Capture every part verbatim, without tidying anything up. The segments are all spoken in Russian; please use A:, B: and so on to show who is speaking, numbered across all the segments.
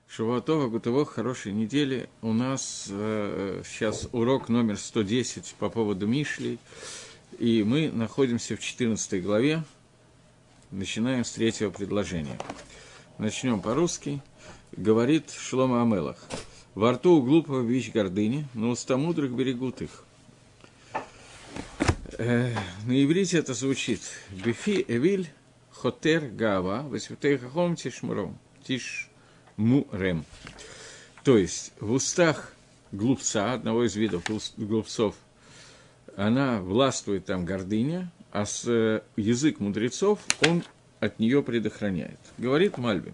A: Шавуатова, Гутово, хорошей недели. У нас э, сейчас урок номер сто десять по поводу Мишлей, и мы находимся в четырнадцатой главе, начинаем с третьего предложения. Начнем по-русски. Говорит Шломо Амелах: «Во рту у глупого бич гордыни, но уста мудрых берегут их». Э, на иврите это звучит «Бифи эвиль хотер гава, весвятей хахом тишмуром, тиш мурем». То есть в устах глупца, одного из видов глупцов, она властвует там гордыня, а с язык мудрецов он от нее предохраняет. Говорит Мальбим: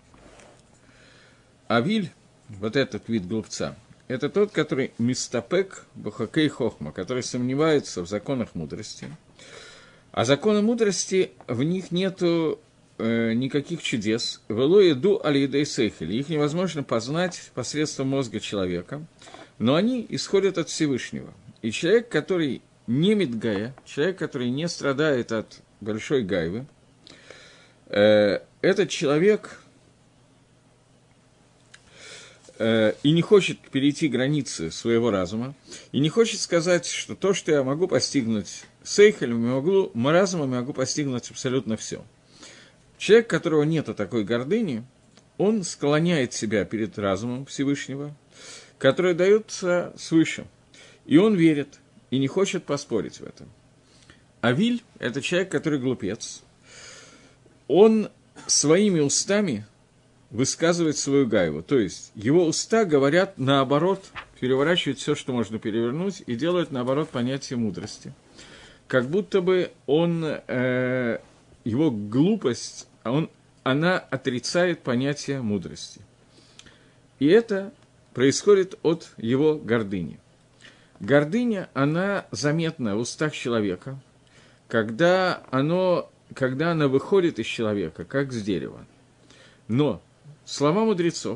A: Авиль, вот этот вид глупца, это тот, который мистапек бахакей хохма, который сомневается в законах мудрости. А законы мудрости, в них нету э, никаких чудес. Вело еду аль-едей сейхель. Их невозможно познать посредством мозга человека, но они исходят от Всевышнего. И человек, который не мидгая, человек, который не страдает от большой гайвы, э, этот человек и не хочет перейти границы своего разума, и не хочет сказать, что то, что я могу постигнуть сейхелем, я могу, разумом я могу постигнуть абсолютно все. Человек, у которого нет такой гордыни, он склоняет себя перед разумом Всевышнего, который дается свыше, и он верит, и не хочет поспорить в этом. Авиль – это человек, который глупец. Он своими устами высказывает свою гайву. То есть его уста говорят наоборот, переворачивают все, что можно перевернуть, и делают наоборот понятие мудрости. Как будто бы он, э, его глупость, он, она отрицает понятие мудрости. И это происходит от его гордыни. Гордыня, она заметна в устах человека, когда, оно, когда она выходит из человека, как с дерева. Но слова мудрецов,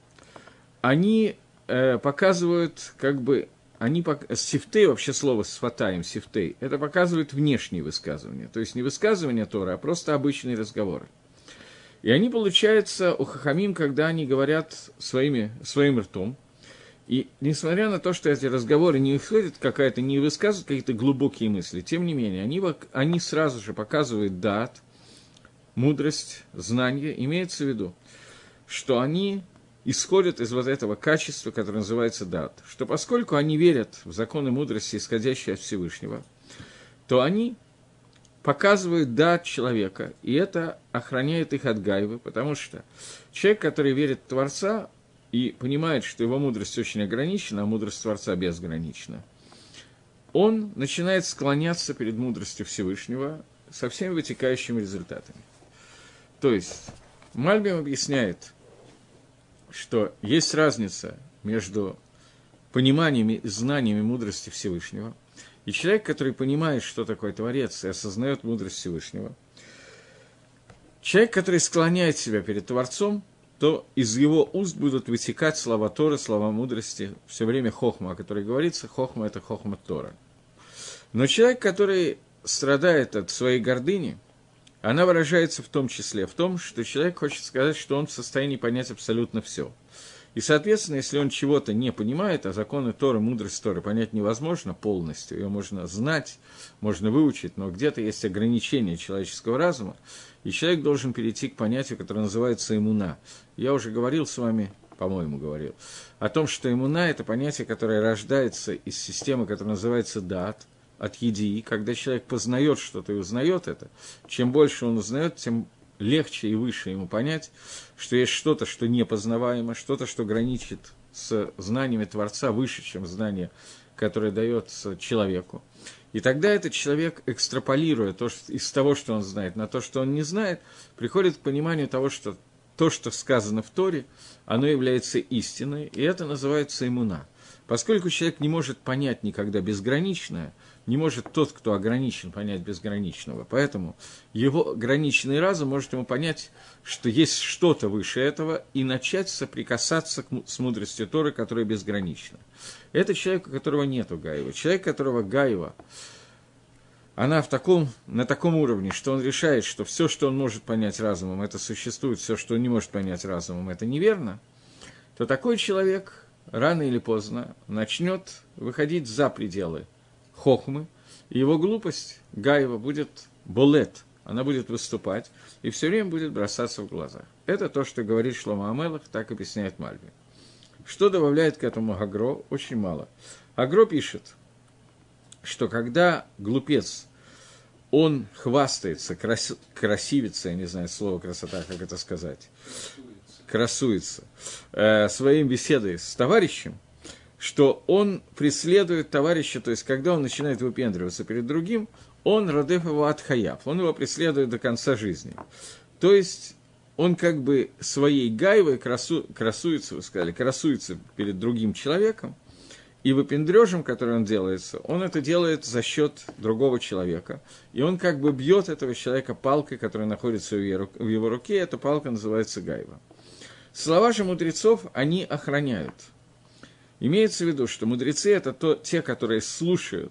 A: они э, показывают, как бы, они, сифтей, вообще слово сфатаем, сифтей, это показывает внешние высказывания, то есть не высказывания Торы, а просто обычные разговоры. И они, получаются, у хахамим, когда они говорят своими, своим ртом, и несмотря на то, что эти разговоры не исходят какая-то, не высказывают какие-то глубокие мысли, тем не менее, они, они сразу же показывают даат, мудрость, знание, имеется в виду, что они исходят из вот этого качества, которое называется дат, что поскольку они верят в законы мудрости, исходящие от Всевышнего, то они показывают дат человека, и это охраняет их от гайвы, потому что человек, который верит в Творца и понимает, что его мудрость очень ограничена, а мудрость Творца безгранична, он начинает склоняться перед мудростью Всевышнего со всеми вытекающими результатами. То есть Мальбим объясняет, что есть разница между пониманием и знаниями мудрости Всевышнего, и человек, который понимает, что такое Творец, и осознает мудрость Всевышнего, человек, который склоняет себя перед Творцом, то из его уст будут вытекать слова Торы, слова мудрости, все время хохма, о которой говорится, хохма – это хохма Тора. Но человек, который страдает от своей гордыни, она выражается в том числе в том, что человек хочет сказать, что он в состоянии понять абсолютно все. И, соответственно, если он чего-то не понимает, а законы Торы, мудрость Торы понять невозможно полностью, ее можно знать, можно выучить, но где-то есть ограничения человеческого разума, и человек должен перейти к понятию, которое называется иммуна. Я уже говорил с вами, по-моему, говорил, о том, что иммуна – это понятие, которое рождается из системы, которая называется даат, от едии, когда человек познает что-то и узнает это, чем больше он узнает, тем легче и выше ему понять, что есть что-то, что непознаваемо, что-то, что граничит с знаниями Творца выше, чем знание, которое дается человеку. И тогда этот человек, экстраполируя то, что, из того, что он знает, на то, что он не знает, приходит к пониманию того, что то, что сказано в Торе, оно является истиной, и это называется иммуна. Поскольку человек не может понять никогда безграничное, не может тот, кто ограничен, понять безграничного. Поэтому его ограниченный разум может ему понять, что есть что-то выше этого, и начать соприкасаться с мудростью Торы, которая безгранична. Это человек, у которого нету гаева. Человек, у которого гаева, она в таком, на таком уровне, что он решает, что все, что он может понять разумом, это существует, все, что он не может понять разумом, это неверно. то такой человек рано или поздно начнет выходить за пределы хохмы, и его глупость, гаева, будет болет, она будет выступать, и все время будет бросаться в глаза. Это то, что говорит Шломо ха-Мелех, так объясняет Мальби. Что добавляет к этому Гагро? Очень мало. Гагро пишет, что когда глупец, он хвастается, крас... красивится, я не знаю слово красота, как это сказать, красуется, э, своим беседой с товарищем, что он преследует товарища, то есть когда он начинает выпендриваться перед другим, он родев его от хаяв, он его преследует до конца жизни. То есть он как бы своей гайвой красу... красуется, вы сказали, красуется перед другим человеком, и выпендрежем, который он делается, он это делает за счет другого человека. И он как бы бьет этого человека палкой, которая находится в его руке, и эта палка называется гайва. Слова же мудрецов, они охраняют. Имеется в виду, что мудрецы – это то, те, которые слушают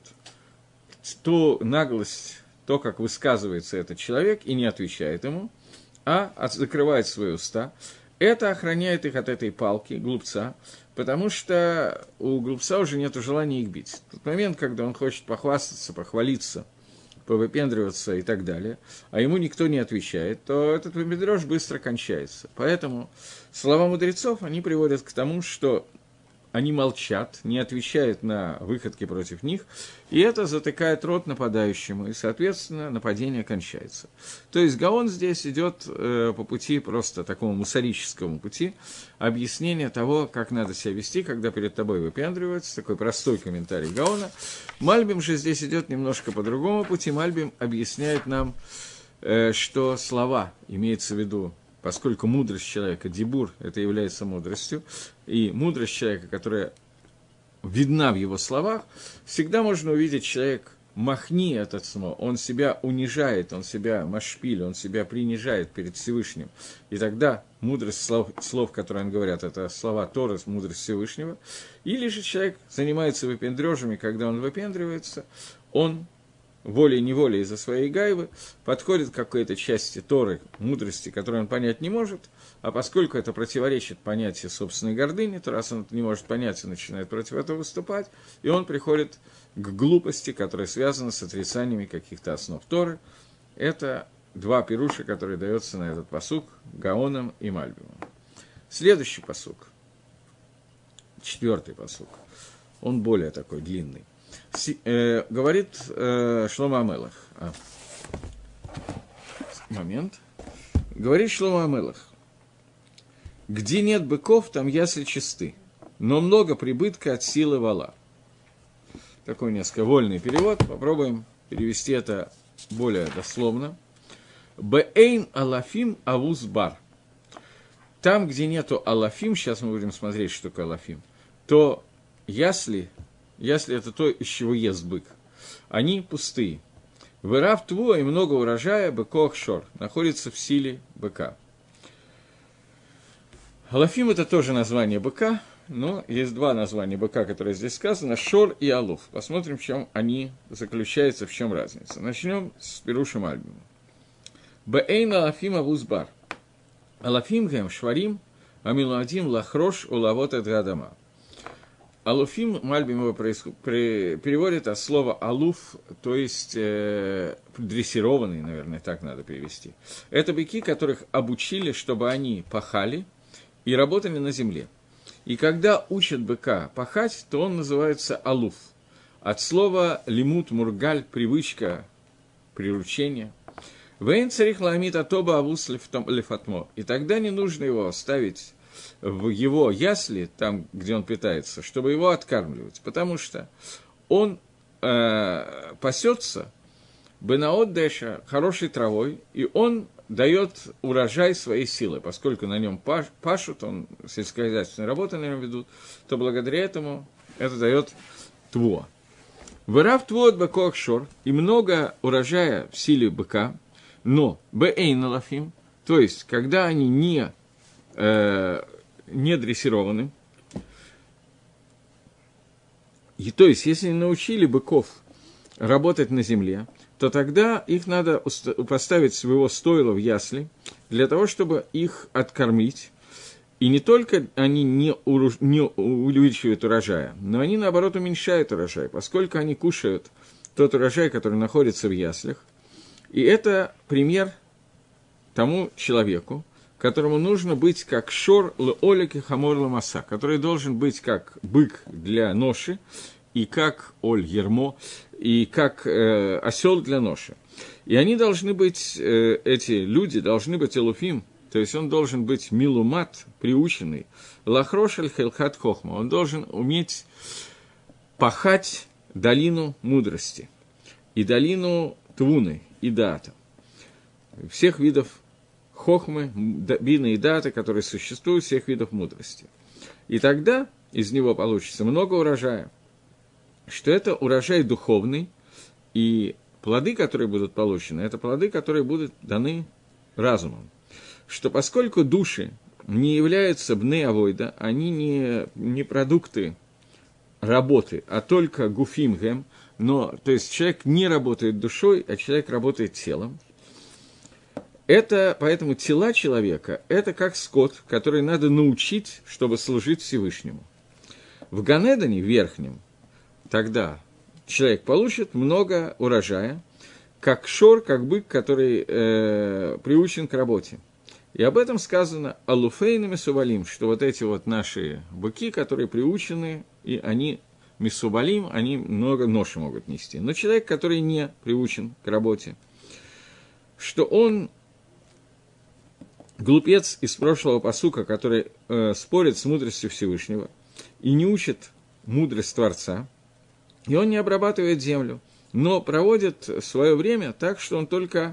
A: ту наглость, то, как высказывается этот человек, и не отвечает ему, а закрывает свои уста. Это охраняет их от этой палки, глупца, потому что у глупца уже нет желания их бить. В тот момент, когда он хочет похвастаться, похвалиться, повыпендриваться и так далее, а ему никто не отвечает, то этот выпендреж быстро кончается. Поэтому слова мудрецов, они приводят к тому, что они молчат, не отвечают на выходки против них, и это затыкает рот нападающему, и, соответственно, нападение кончается. То есть Гаон здесь идет э, по пути, просто такому мусорическому пути, объяснения того, как надо себя вести, когда перед тобой выпендриваются, такой простой комментарий Гаона. Мальбим же здесь идет немножко по другому пути. Мальбим объясняет нам, э, что слова, имеется в виду, поскольку мудрость человека, дибур, это является мудростью, и мудрость человека, которая видна в его словах, всегда можно увидеть человек, махни этот само, он себя унижает, он себя машпиль, он себя принижает перед Всевышним. И тогда мудрость слов, слов, которые он говорят, это слова Торы, мудрость Всевышнего. Или же человек занимается выпендрежами, когда он выпендривается, он волей-неволей из-за своей гайвы подходит к какой-то части Торы, мудрости, которую он понять не может, а поскольку это противоречит понятию собственной гордыни, то раз он это не может понять, он начинает против этого выступать, и он приходит к глупости, которая связана с отрицаниями каких-то основ Торы. Это два пируша, которые даются на этот пасук Гаоном и Мальбимом. Следующий пасук, четвертый пасук, он более такой длинный. Си, э, говорит э, Шломо ха-Мелех. А. Момент. Говорит Шломо ха-Мелех. Где нет быков, там ясли чисты, но много прибытка от силы вала. Такой несколько вольный перевод. Попробуем перевести это более дословно. Бэйн алафим авуз бар. Там, где нету алафим, сейчас мы будем смотреть, что такое алафим, то ясли, ясли это то, из чего ест бык, они пустые. Вырав тву и много урожая, быкох шор, находится в силе быка. Алафим – это тоже название быка, но есть два названия быка, которые здесь сказано, шор и алуф. Посмотрим, в чем они заключаются, в чем разница. Начнем с пируша Мальбима. Бэйн алафим авуз бар. Алафим гэм шварим, амилуадим лахрош улавот эт гадама. Алуфим, Мальбим его переводит от слова алуф, то есть э, дрессированный, наверное, так надо перевести. Это быки, которых обучили, чтобы они пахали и работали на земле. И когда учат быка пахать, то он называется алуф. От слова лимут мургаль, привычка, приручение. Вейн царих ламит атоба авус лефатмо. И тогда не нужно его ставить в его ясли, там, где он питается, чтобы его откармливать. Потому что он э, пасется бенаот дэша, хорошей травой, и он дает урожай своей силы. Поскольку на нем паш, пашут, он сельскохозяйственные работы на нем ведут, то благодаря этому это дает тво. Вырав тво от быкох шор, и много урожая в силе быка, но бэйн алафим, то есть, когда они не, э, не дрессированы, и, то есть, если не научили быков работать на земле, то тогда их надо поставить своего стойла в ясли, для того, чтобы их откормить И не только они не, уруж... не увеличивают урожая, но они, наоборот, уменьшают урожай, поскольку они кушают тот урожай, который находится в яслях. И это пример тому человеку, которому нужно быть как шор леолик и хамор ламаса, который должен быть как бык для ноши, и как оль ермо, и как э, осел для ноши. И они должны быть, э, эти люди должны быть элуфим, то есть он должен быть милумат, приученный, лахрош аль хелхат хохма, он должен уметь пахать долину мудрости, и долину твуны, и даата, всех видов хохмы, бины и даты, которые существуют, всех видов мудрости. И тогда из него получится много урожая, что это урожай духовный, и плоды, которые будут получены, это плоды, которые будут даны разумом. Что поскольку души не являются бней авойда, они не, не продукты работы, а только гуфим гэм, но, то есть человек не работает душой, а человек работает телом. Это, поэтому тела человека – это как скот, который надо научить, чтобы служить Всевышнему. В Ганедане, верхнем, тогда человек получит много урожая, как шор, как бык, который э, приучен к работе. И об этом сказано алуфейна месувалим, что вот эти вот наши быки, которые приучены, и они месувалим, они много ноши могут нести. Но человек, который не приучен к работе, что он глупец из прошлого пасука, который э, спорит с мудростью Всевышнего и не учит мудрость Творца, и он не обрабатывает землю, но проводит свое время так, что он только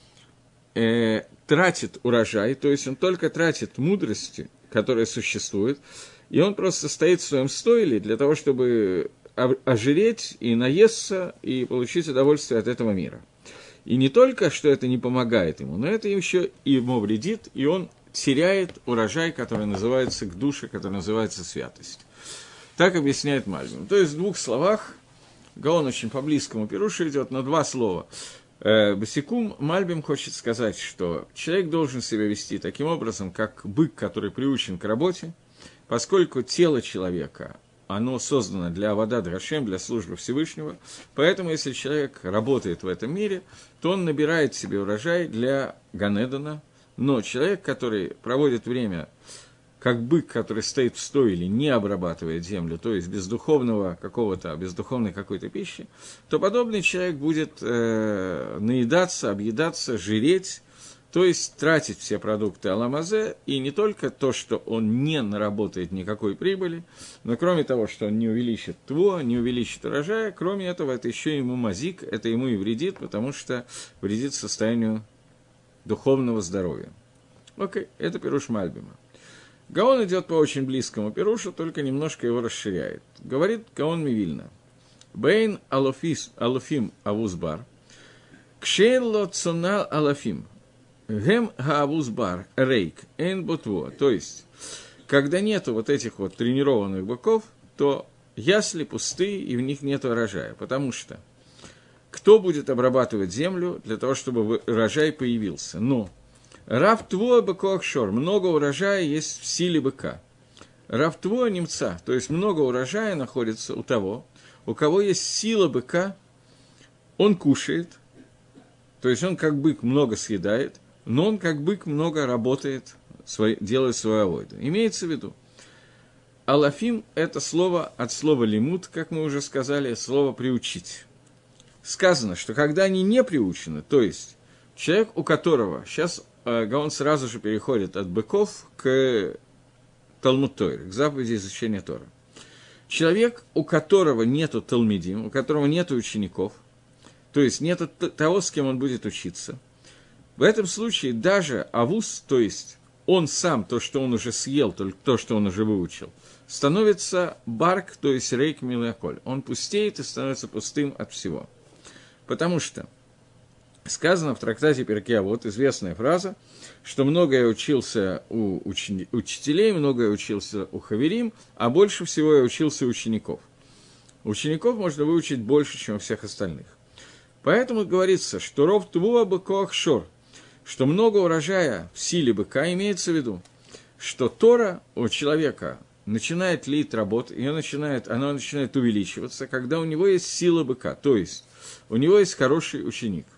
A: э, тратит урожай, то есть он только тратит мудрости, которая существует, и он просто стоит в своем стойле для того, чтобы ожиреть и наесться, и получить удовольствие от этого мира. И не только, что это не помогает ему, но это еще и ему вредит, и он теряет урожай, который называется к душе, который называется святость. Так объясняет Мальбим. То есть в двух словах, Гаон очень по близкому пирушу идет, но два слова. Басикум Мальбим хочет сказать, что человек должен себя вести таким образом, как бык, который приучен к работе, поскольку тело человека, оно создано для авада драшем, для службы Всевышнего, поэтому если человек работает в этом мире, то он набирает себе урожай для Ганедана, но человек, который проводит время как бык, который стоит в стойле, не обрабатывает землю, то есть без духовного какого-то, без духовной какой-то пищи, то подобный человек будет э, наедаться, объедаться, жиреть, то есть тратить все продукты аламазе, и не только то, что он не наработает никакой прибыли, но кроме того, что он не увеличит тво, не увеличит урожая, кроме этого, это еще ему мазик, это ему и вредит, потому что вредит состоянию духовного здоровья. Окей, это пируш Мальбима. Гаон идет по очень близкому пирушу, только немножко его расширяет. Говорит Гаон Мивильна. Бейн алуфим авузбар, кшейн ло цонал алафим. Гем гаавузбар рейк эн ботво. То есть, когда нету вот этих вот тренированных быков, то ясли пустые, и в них нет урожая. Потому что кто будет обрабатывать землю для того, чтобы урожай появился? Но равтво быкоахшор, много урожая есть в силе быка. Равтво немца, то есть много урожая находится у того, у кого есть сила быка, он кушает, то есть он как бык много съедает, но он как бык много работает, свой, делает свою авойду. Имеется в виду, алафим – это слово от слова лимут, как мы уже сказали, слово приучить. Сказано, что когда они не приучены, то есть человек, у которого, сейчас э, Гаон сразу же переходит от быков к Талмуд Тойре, к заповеди изучения Тора. Человек, у которого нету талмидим, у которого нету учеников, то есть нету того, с кем он будет учиться, в этом случае даже авус, то есть он сам, то, что он уже съел, только то, что он уже выучил, становится барк, то есть рейк милаколь. Он пустеет и становится пустым от всего. Потому что сказано в трактате Перкей Авот, известная фраза, что многое учился у учени- учителей, многое учился у хаверим, а больше всего я учился у учеников. Учеников можно выучить больше, чем у всех остальных. Поэтому говорится, что ров твуа быкоах шор, что много урожая в силе быка имеется в виду, что Тора у человека начинает лить работу, и она начинает, она начинает увеличиваться, когда у него есть сила быка, то есть у него есть хороший ученик.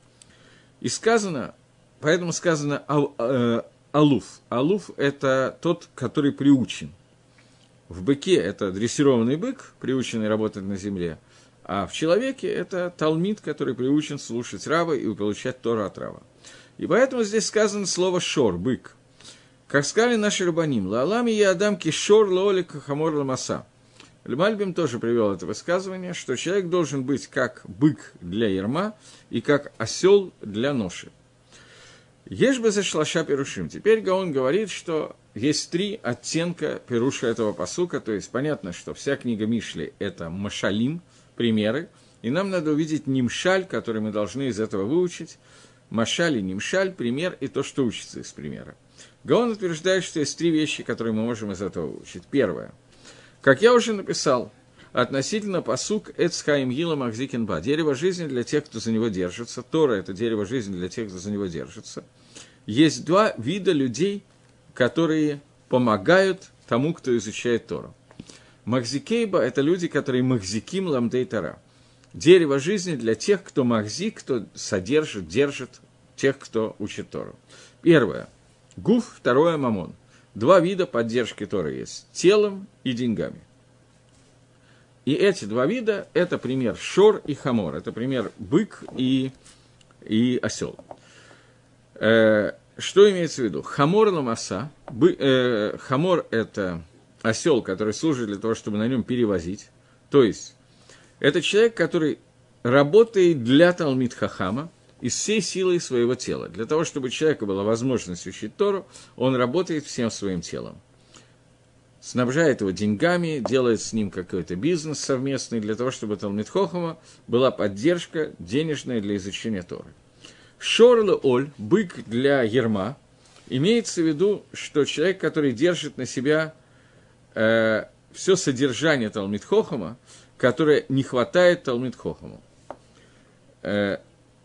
A: И сказано, поэтому сказано ал, э, алуф. Алуф – это тот, который приучен. В быке – это дрессированный бык, приученный работать на земле, а в человеке – это талмид, который приучен слушать рава и получать Тору от рава. И поэтому здесь сказано слово «шор», бык. Как сказали наши рабаним, «Лаалами я адам кишор лоолика хамор ламаса». Мальбим тоже привел это высказывание, что человек должен быть как бык для ярма и как осел для ноши. Ешь бы зашлаша перушим. Теперь Гаон говорит, что есть три оттенка перуша этого пасука, то есть понятно, что вся книга Мишли – это машалим, примеры, и нам надо увидеть нимшаль, который мы должны из этого выучить. Машаль и нимшаль – пример и то, что учится из примера. Гаон утверждает, что есть три вещи, которые мы можем из этого выучить. Первое. Как я уже написал, относительно пасук «Эцхаим гила махзикинба» – дерево жизни для тех, кто за него держится. Тора – это дерево жизни для тех, кто за него держится. Есть два вида людей, которые помогают тому, кто изучает Тору. Махзикейба – это люди, которые махзиким ламдей Тора. Дерево жизни для тех, кто махзик, кто содержит, держит тех, кто учит Тору. Первое. Гуф, второе – мамон. Два вида поддержки Торы есть – телом и деньгами. И эти два вида – это пример шор и хамор, это пример бык и, и осел. Э, что имеется в виду? Хамор ламаса. Бы, э, хамор – это осел, который служит для того, чтобы на нем перевозить. То есть, это человек, который работает для Талмид Хахама, из всей силой своего тела. Для того, чтобы у человека была возможность учить Тору, он работает всем своим телом. Снабжает его деньгами, делает с ним какой-то бизнес совместный, для того, чтобы Талмид Хохама была поддержка денежная для изучения Торы. Шор оль, бык для ярма, имеется в виду, что человек, который держит на себя э, все содержание Талмид Хохама, которое не хватает Талмид Хохаму. Э,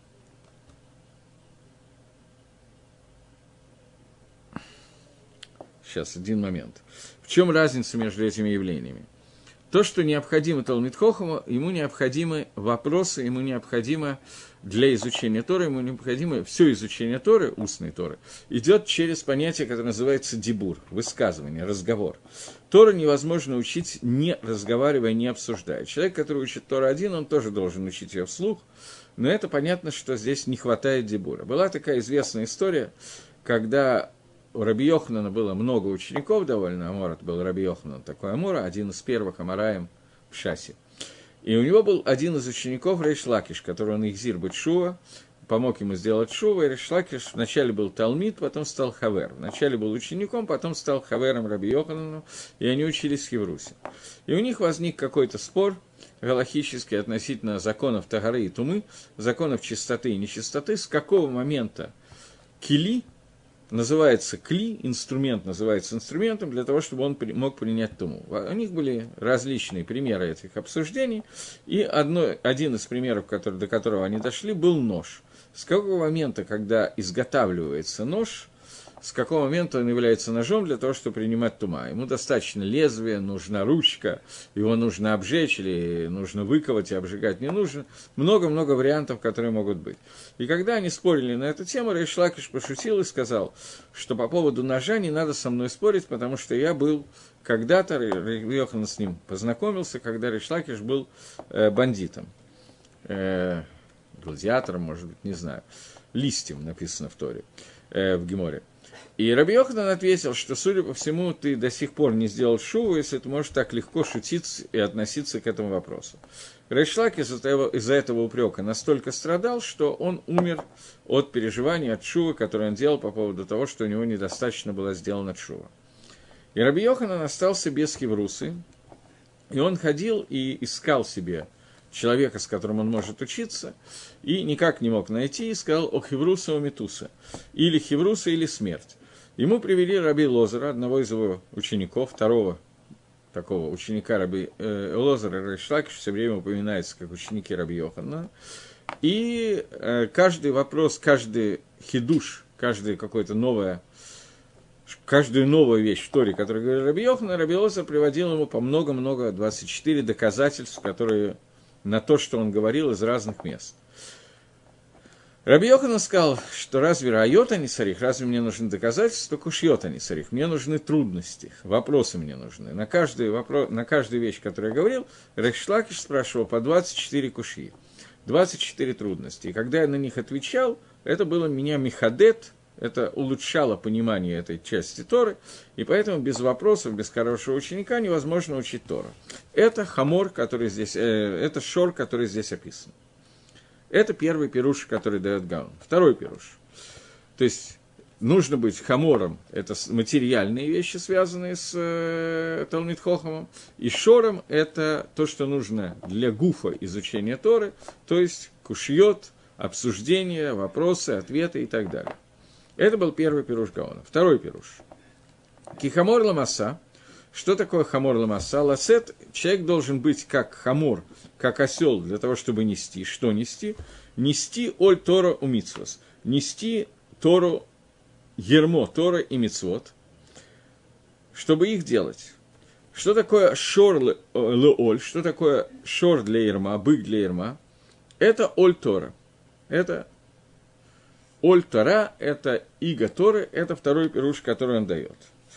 A: Сейчас, один момент. В чем разница между этими явлениями? То, что необходимо Талмид Хохаму, ему необходимы вопросы, ему необходимо для изучения Торы, ему необходимо все изучение Торы, устной Торы, идет через понятие, которое называется дибур, высказывание, разговор. Тору невозможно учить, не разговаривая, не обсуждая. Человек, который учит Тору один, он тоже должен учить ее вслух, но это понятно, что здесь не хватает дибура. Была такая известная история, когда у Раби Йоханана было много учеников довольно, Аморат был Раби Йоханан, такой Амора, один из первых Амараем в Шасе. И у него был один из учеников Рейш Лакиш, который он Ихзир Бетшува, помог ему сделать шува, и Рейш Лакиш вначале был Талмид, потом стал Хавер. Вначале был учеником, потом стал Хавером Раби Йоханану, и они учились в Хеврусе. И у них возник какой-то спор галахический относительно законов Тагары и Тумы, законов чистоты и нечистоты, с какого момента кили называется кли, инструмент называется инструментом для того, чтобы он мог принять туму. У них были различные примеры этих обсуждений, и одно, один из примеров, который, до которого они дошли, был нож. С какого момента, когда изготавливается нож, с какого момента он является ножом для того, чтобы принимать тума. Ему достаточно лезвия, нужна ручка, его нужно обжечь или нужно выковать и обжигать не нужно. Много-много вариантов, которые могут быть. И когда они спорили на эту тему, Рейш Лакиш пошутил и сказал, что по поводу ножа не надо со мной спорить, потому что я был когда-то, Йохан с ним познакомился, когда Рейш Лакиш был э, бандитом, э, гладиатором, может быть, не знаю, листьем написано в Торе, э, в Геморе. И Раби Йоханан ответил, что, судя по всему, ты до сих пор не сделал шуву, если ты можешь так легко шутить и относиться к этому вопросу. Рейш Лакиш из-за этого, из-за этого упрека настолько страдал, что он умер от переживаний, от шувы, которые он делал по поводу того, что у него недостаточно было сделано шува. И Раби Йоханан остался без хеврусы, и он ходил и искал себе человека, с которым он может учиться, и никак не мог найти, и сказал «О хевруса, о метуса», или хевруса, или смерть. Ему привели Раби Лозера, одного из его учеников, второго такого ученика Раби э, Лозера, Рейш Лакиш, все время упоминается как ученики Раби Йоханана, и э, каждый вопрос, каждый хидуш, каждое какое-то новое каждую новую вещь в Торе, которую говорил Раби Йоханан, Раби Элазар приводил ему по много-много, двадцать четыре доказательств, которые на то, что он говорил из разных мест. Раби Йоханан сказал, что разве раайот а не царих, разве мне нужны доказательства, кушьот а не царих, мне нужны трудности, вопросы мне нужны. На каждую, вопрос, на каждую вещь, которую я говорил, Рейш Лакиш спрашивал по двадцать четыре кушьи, двадцать четыре трудности. И когда я на них отвечал, это было меня михадет, это улучшало понимание этой части Торы, и поэтому без вопросов, без хорошего ученика невозможно учить Тору. Это хамор, который здесь, э, это шор, который здесь описан. Это первый пируш, который дает Гаон. Второй пируш. То есть нужно быть хамором, это материальные вещи, связанные с э, Талмид Хохамом, и шором это то, что нужно для гуфа изучения Торы, то есть кушьет, обсуждение, вопросы, ответы и так далее. Это был первый пируш Гаона. Второй пируш. Кихамор ламаса. Что такое хамор ламаса? Ласет, человек должен быть как хамор, как осел, для того, чтобы нести. Что нести? Нести оль Тора у мицвос. Нести Тору, ермо, Тора и мицвот, чтобы их делать. Что такое шор леоль? Что такое шор для ерма, бык для ерма? Это оль Тора. Это оль Тора, это иго Торы, это второй пируш, который он дает.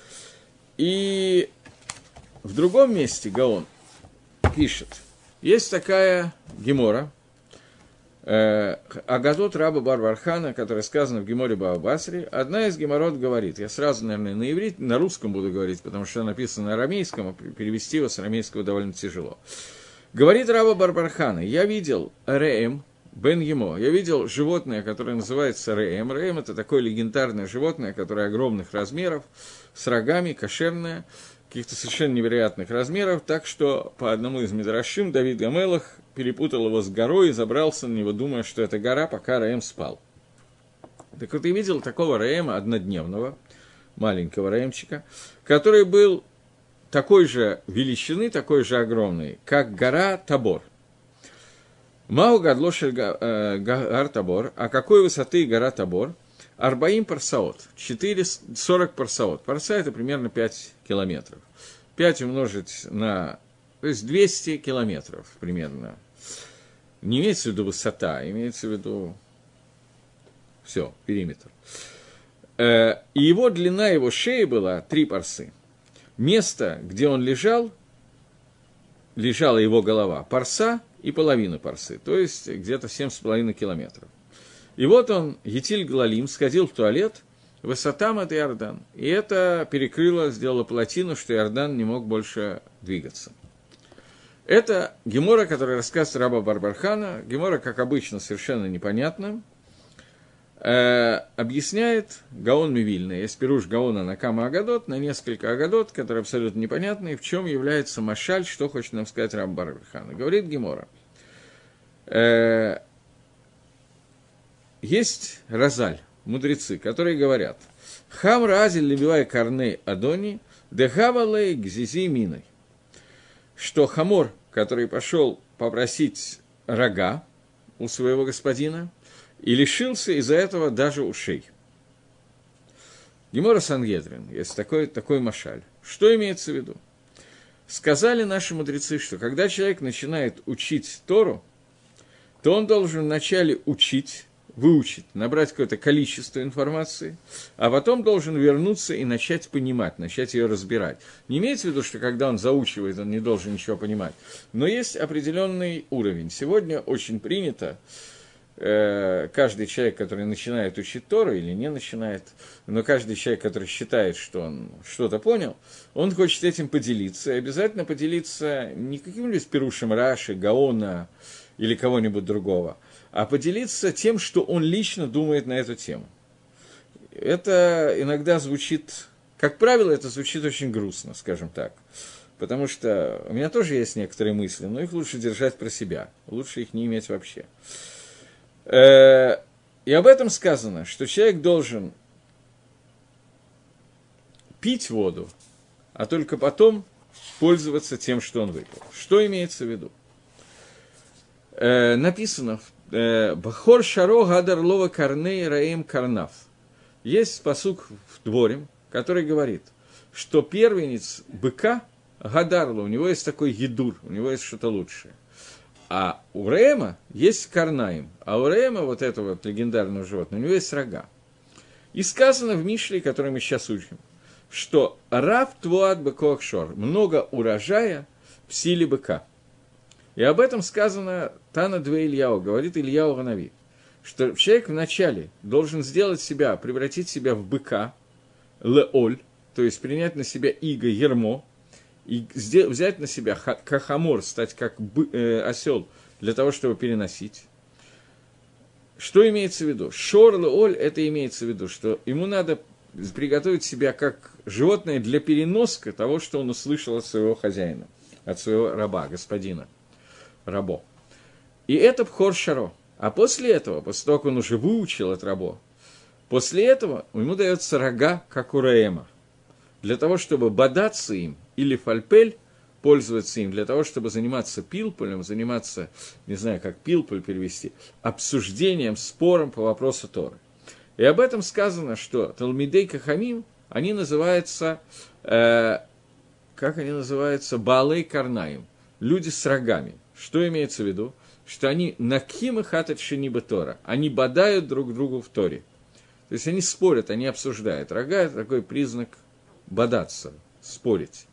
A: И в другом месте Гаон пишет, есть такая гемора, э, Агадот раба Бар-Бархана, которая сказана в геморе Баба Басри. Одна из геморот говорит, я сразу, наверное, на иврите, на русском буду говорить, потому что написано на арамейском, а перевести его с арамейского довольно тяжело. Говорит раба Бар-Бархана, я видел Реем, Бен Емо, я видел животное, которое называется Реем. Реем – это такое легендарное животное, которое огромных размеров, с рогами, кошерное, каких-то совершенно невероятных размеров, так что по одному из мидрашим Давид Гамелах перепутал его с горой и забрался на него, думая, что это гора, пока Реем спал. Так вот, я видел такого Реема однодневного, маленького Реемчика, который был такой же величины, такой же огромный, как гора Табор. Мау гадлошель гар Табор, а какой высоты гора Табор? Арбаим парсаот, сорок парсаот. Парса – это примерно пять километров. пять умножить на, то есть двести километров примерно. Не имеется в виду высота, имеется в виду все, периметр. И его длина, его шеи была три парсы. Место, где он лежал, лежала его голова, парса и половина парсы, то есть где-то семь с половиной километров. И вот он, Етиль Галалим, сходил в туалет, высотам это Иордан. И это перекрыло, сделало плотину, что Иордан не мог больше двигаться. Это гемора, которая рассказывает раба Бар-Бархана. Гемора, как обычно, совершенно непонятна. Э, объясняет Гаон Мивильна. Есть пируш Гаона на Кама Агадот, на несколько Агадот, которые абсолютно непонятны, в чем является машаль, что хочет нам сказать раб Бар-Бархана. Говорит гемора. Э, Есть Розаль, мудрецы, которые говорят, «Хам разиль лебивай карней адони, дехавалей гзизи миной», что хамор, который пошел попросить рога у своего господина, и лишился из-за этого даже ушей. Гемора Сангедрин, есть такой, такой машаль. Что имеется в виду? Сказали наши мудрецы, что когда человек начинает учить Тору, то он должен вначале учить, выучить, набрать какое-то количество информации, а потом должен вернуться и начать понимать, начать ее разбирать. Не имеется в виду, что когда он заучивает, он не должен ничего понимать, но есть определенный уровень. Сегодня очень принято, э, каждый человек, который начинает учить Тору или не начинает, но каждый человек, который считает, что он что-то понял, он хочет этим поделиться, и обязательно поделиться не каким-нибудь пирушем Раши, Гаона или кого-нибудь другого, а поделиться тем, что он лично думает на эту тему. Это иногда звучит, как правило, это звучит очень грустно, скажем так, потому что у меня тоже есть некоторые мысли, но их лучше держать про себя, лучше их не иметь вообще. И об этом сказано, что человек должен пить воду, а только потом пользоваться тем, что он выпил. Что имеется в виду? Написано в Бахор Шаро Гадар Лова Карней Раем Карнав. Есть пасук в Дворим, который говорит, что первенец быка, Гадарла, у него есть такой едур, у него есть что-то лучшее. А у Реема есть карнаим, а у Реема, вот этого вот легендарного животного, у него есть рога. И сказано в Мишле, который мы сейчас учим, что «Рав твуат бекоах шор» – много урожая в силе быка. И об этом сказано Тана Две Ильяу, говорит Ильяу Ганави, что человек вначале должен сделать себя, превратить себя в быка, леоль, то есть принять на себя иго, ермо, и взять на себя кахамор, стать как э, осел, для того, чтобы переносить. Что имеется в виду? Шор леоль, это имеется в виду, что ему надо приготовить себя как животное для переноска того, что он услышал от своего хозяина, от своего раба, господина, рабо. И это пхор шаро. А после этого, после того, как он уже выучил от рабо, после этого ему дается рога, как у Реема, для того, чтобы бодаться им, или фальпель, пользоваться им, для того, чтобы заниматься пилпулем, заниматься, не знаю, как пилпуль перевести, обсуждением, спором по вопросу Торы. И об этом сказано, что Талмидей Кахамим, они называются, э, как они называются, Баалей Карнаим, люди с рогами. Что имеется в виду? Что они наким и хатат шиниба Тора, они бодают друг другу в Торе. То есть они спорят, они обсуждают. Рога – это такой признак бодаться, спорить.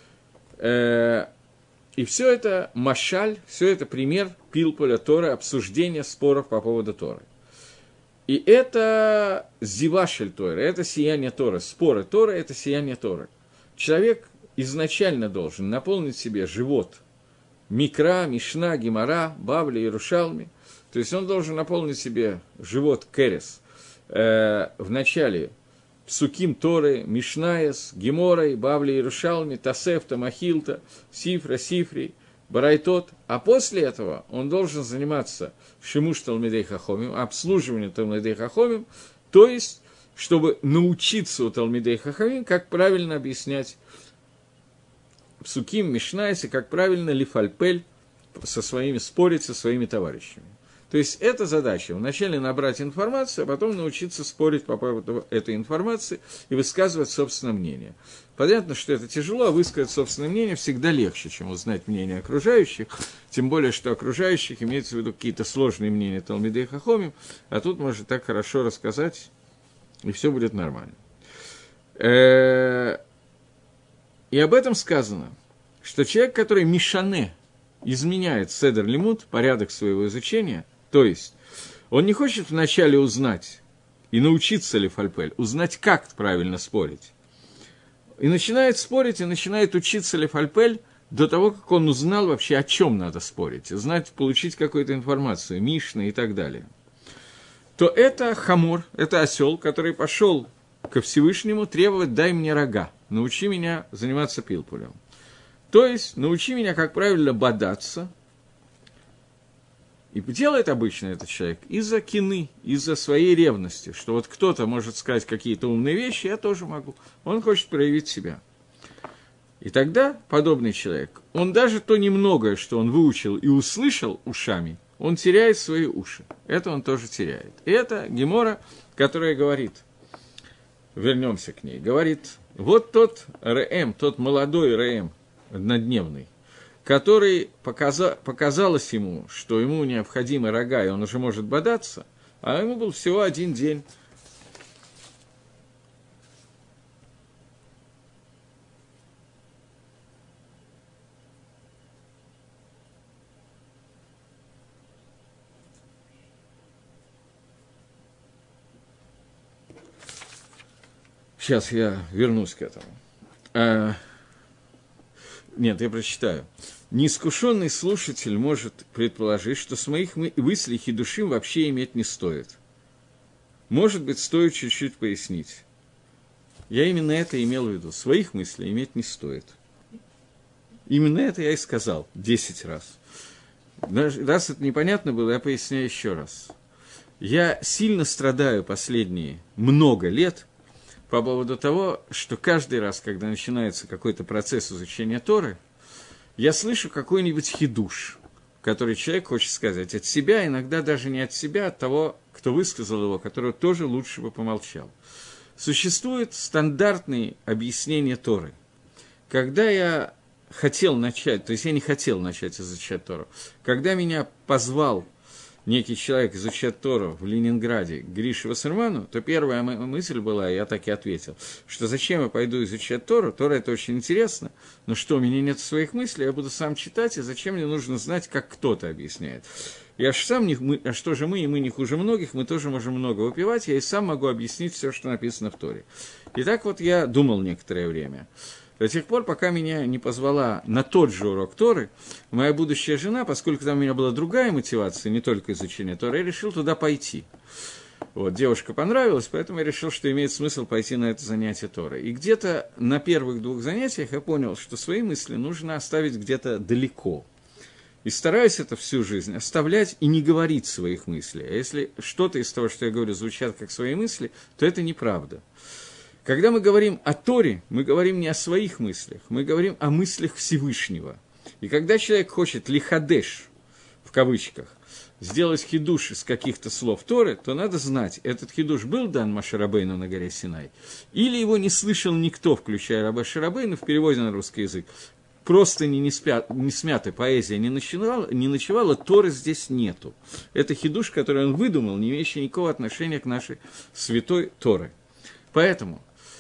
A: И все это машаль, все это пример пилпуля Торы, обсуждения споров по поводу Торы. И это зивашель Торы, это сияние Торы. Споры Торы – это сияние Торы. Человек изначально должен наполнить себе живот Микра, Мишна, Гемара, Бавли, Иерушалми. То есть он должен наполнить себе живот Керес э, в начале Псуким Торы, Мишнаес, Геморой, Бавли, Иерушалми, Тасефта, Махилта, Сифра, Сифри, Барайтот. А после этого он должен заниматься Шимуш Талмидей Хахомим, обслуживанием Талмидей Хахомим, то есть, чтобы научиться у Талмидей Хахомим, как правильно объяснять Псуким, Мишнаес, и как правильно лифальпель со своими, спорить со своими товарищами. То есть, это задача. Вначале набрать информацию, а потом научиться спорить по поводу этой информации и высказывать собственное мнение. Понятно, что это тяжело, а высказать собственное мнение всегда легче, чем узнать мнение окружающих. Тем более, что окружающих имеется в виду какие-то сложные мнения Талмидей Хахомим, а тут можно так хорошо рассказать, и все будет нормально. И об этом сказано, что человек, который мишане, изменяет седер лимуд, порядок своего изучения, то есть он не хочет вначале узнать и научиться ли фальпель, узнать, как правильно спорить, и начинает спорить, и начинает учиться ли фальпель до того, как он узнал вообще, о чем надо спорить, знать, получить какую-то информацию, Мишны и так далее, то это хамор, это осел, который пошел ко Всевышнему требовать: дай мне рога, научи меня заниматься пилпулем. То есть, научи меня, как правильно бодаться. И делает обычно этот человек из-за кины, из-за своей ревности, что вот кто-то может сказать какие-то умные вещи, я тоже могу. Он хочет проявить себя. И тогда подобный человек, он даже то немногое, что он выучил и услышал ушами, он теряет свои уши. Это он тоже теряет. И это Гемора, которая говорит, вернемся к ней, говорит, вот тот Реэм, тот молодой Реэм, однодневный, который показа, показалось ему, что ему необходимы рога, и он уже может бодаться, а ему был всего один день. Сейчас я вернусь к этому. А... Нет, я прочитаю. Неискушенный слушатель может предположить, что с моих мыслей хидушим вообще иметь не стоит. Может быть, стоит чуть-чуть пояснить. Я именно это имел в виду. Своих мыслей иметь не стоит. Именно это я и сказал десять раз. Раз это непонятно было, я поясняю еще раз. Я сильно страдаю последние много лет по поводу того, что каждый раз, когда начинается какой-то процесс изучения Торы, я слышу какой-нибудь хидуш, который человек хочет сказать от себя, иногда даже не от себя, а от того, кто высказал его, который тоже лучше бы помолчал. Существуют стандартные объяснения Торы. Когда я хотел начать, то есть я не хотел начать изучать Тору, когда меня позвал некий человек изучать Тору в Ленинграде, Гриша Вассерману, то первая мысль была, я так и ответил, что зачем я пойду изучать Тору, Тора это очень интересно, но что, у меня нет своих мыслей, я буду сам читать, и зачем мне нужно знать, как кто-то объясняет. Я же сам, не, мы, а что же мы, и мы не хуже многих, мы тоже можем много выпивать, я и сам могу объяснить все, что написано в Торе. И так вот я думал некоторое время. До тех пор, пока меня не позвала на тот же урок Торы, моя будущая жена, поскольку там у меня была другая мотивация, не только изучение Торы, я решил туда пойти. Вот, девушка понравилась, поэтому я решил, что имеет смысл пойти на это занятие Торы. И где-то на первых двух занятиях я понял, что свои мысли нужно оставить где-то далеко. И стараюсь это всю жизнь оставлять и не говорить своих мыслей. А если что-то из того, что я говорю, звучат как свои мысли, то это неправда. Когда мы говорим о Торе, мы говорим не о своих мыслях, мы говорим о мыслях Всевышнего. И когда человек хочет лихадеш, в кавычках, сделать хидуш из каких-то слов Торы, то надо знать, этот хидуш был дан Моше Рабейну на горе Синай, или его не слышал никто, включая раба Моше Рабейну, в переводе на русский язык. Просто не, не, спят, не смята, поэзия не ночевала, не ночевала, Торы здесь нету. Это хидуш, который он выдумал, не имеющий никакого отношения к нашей святой Торе. Поэтому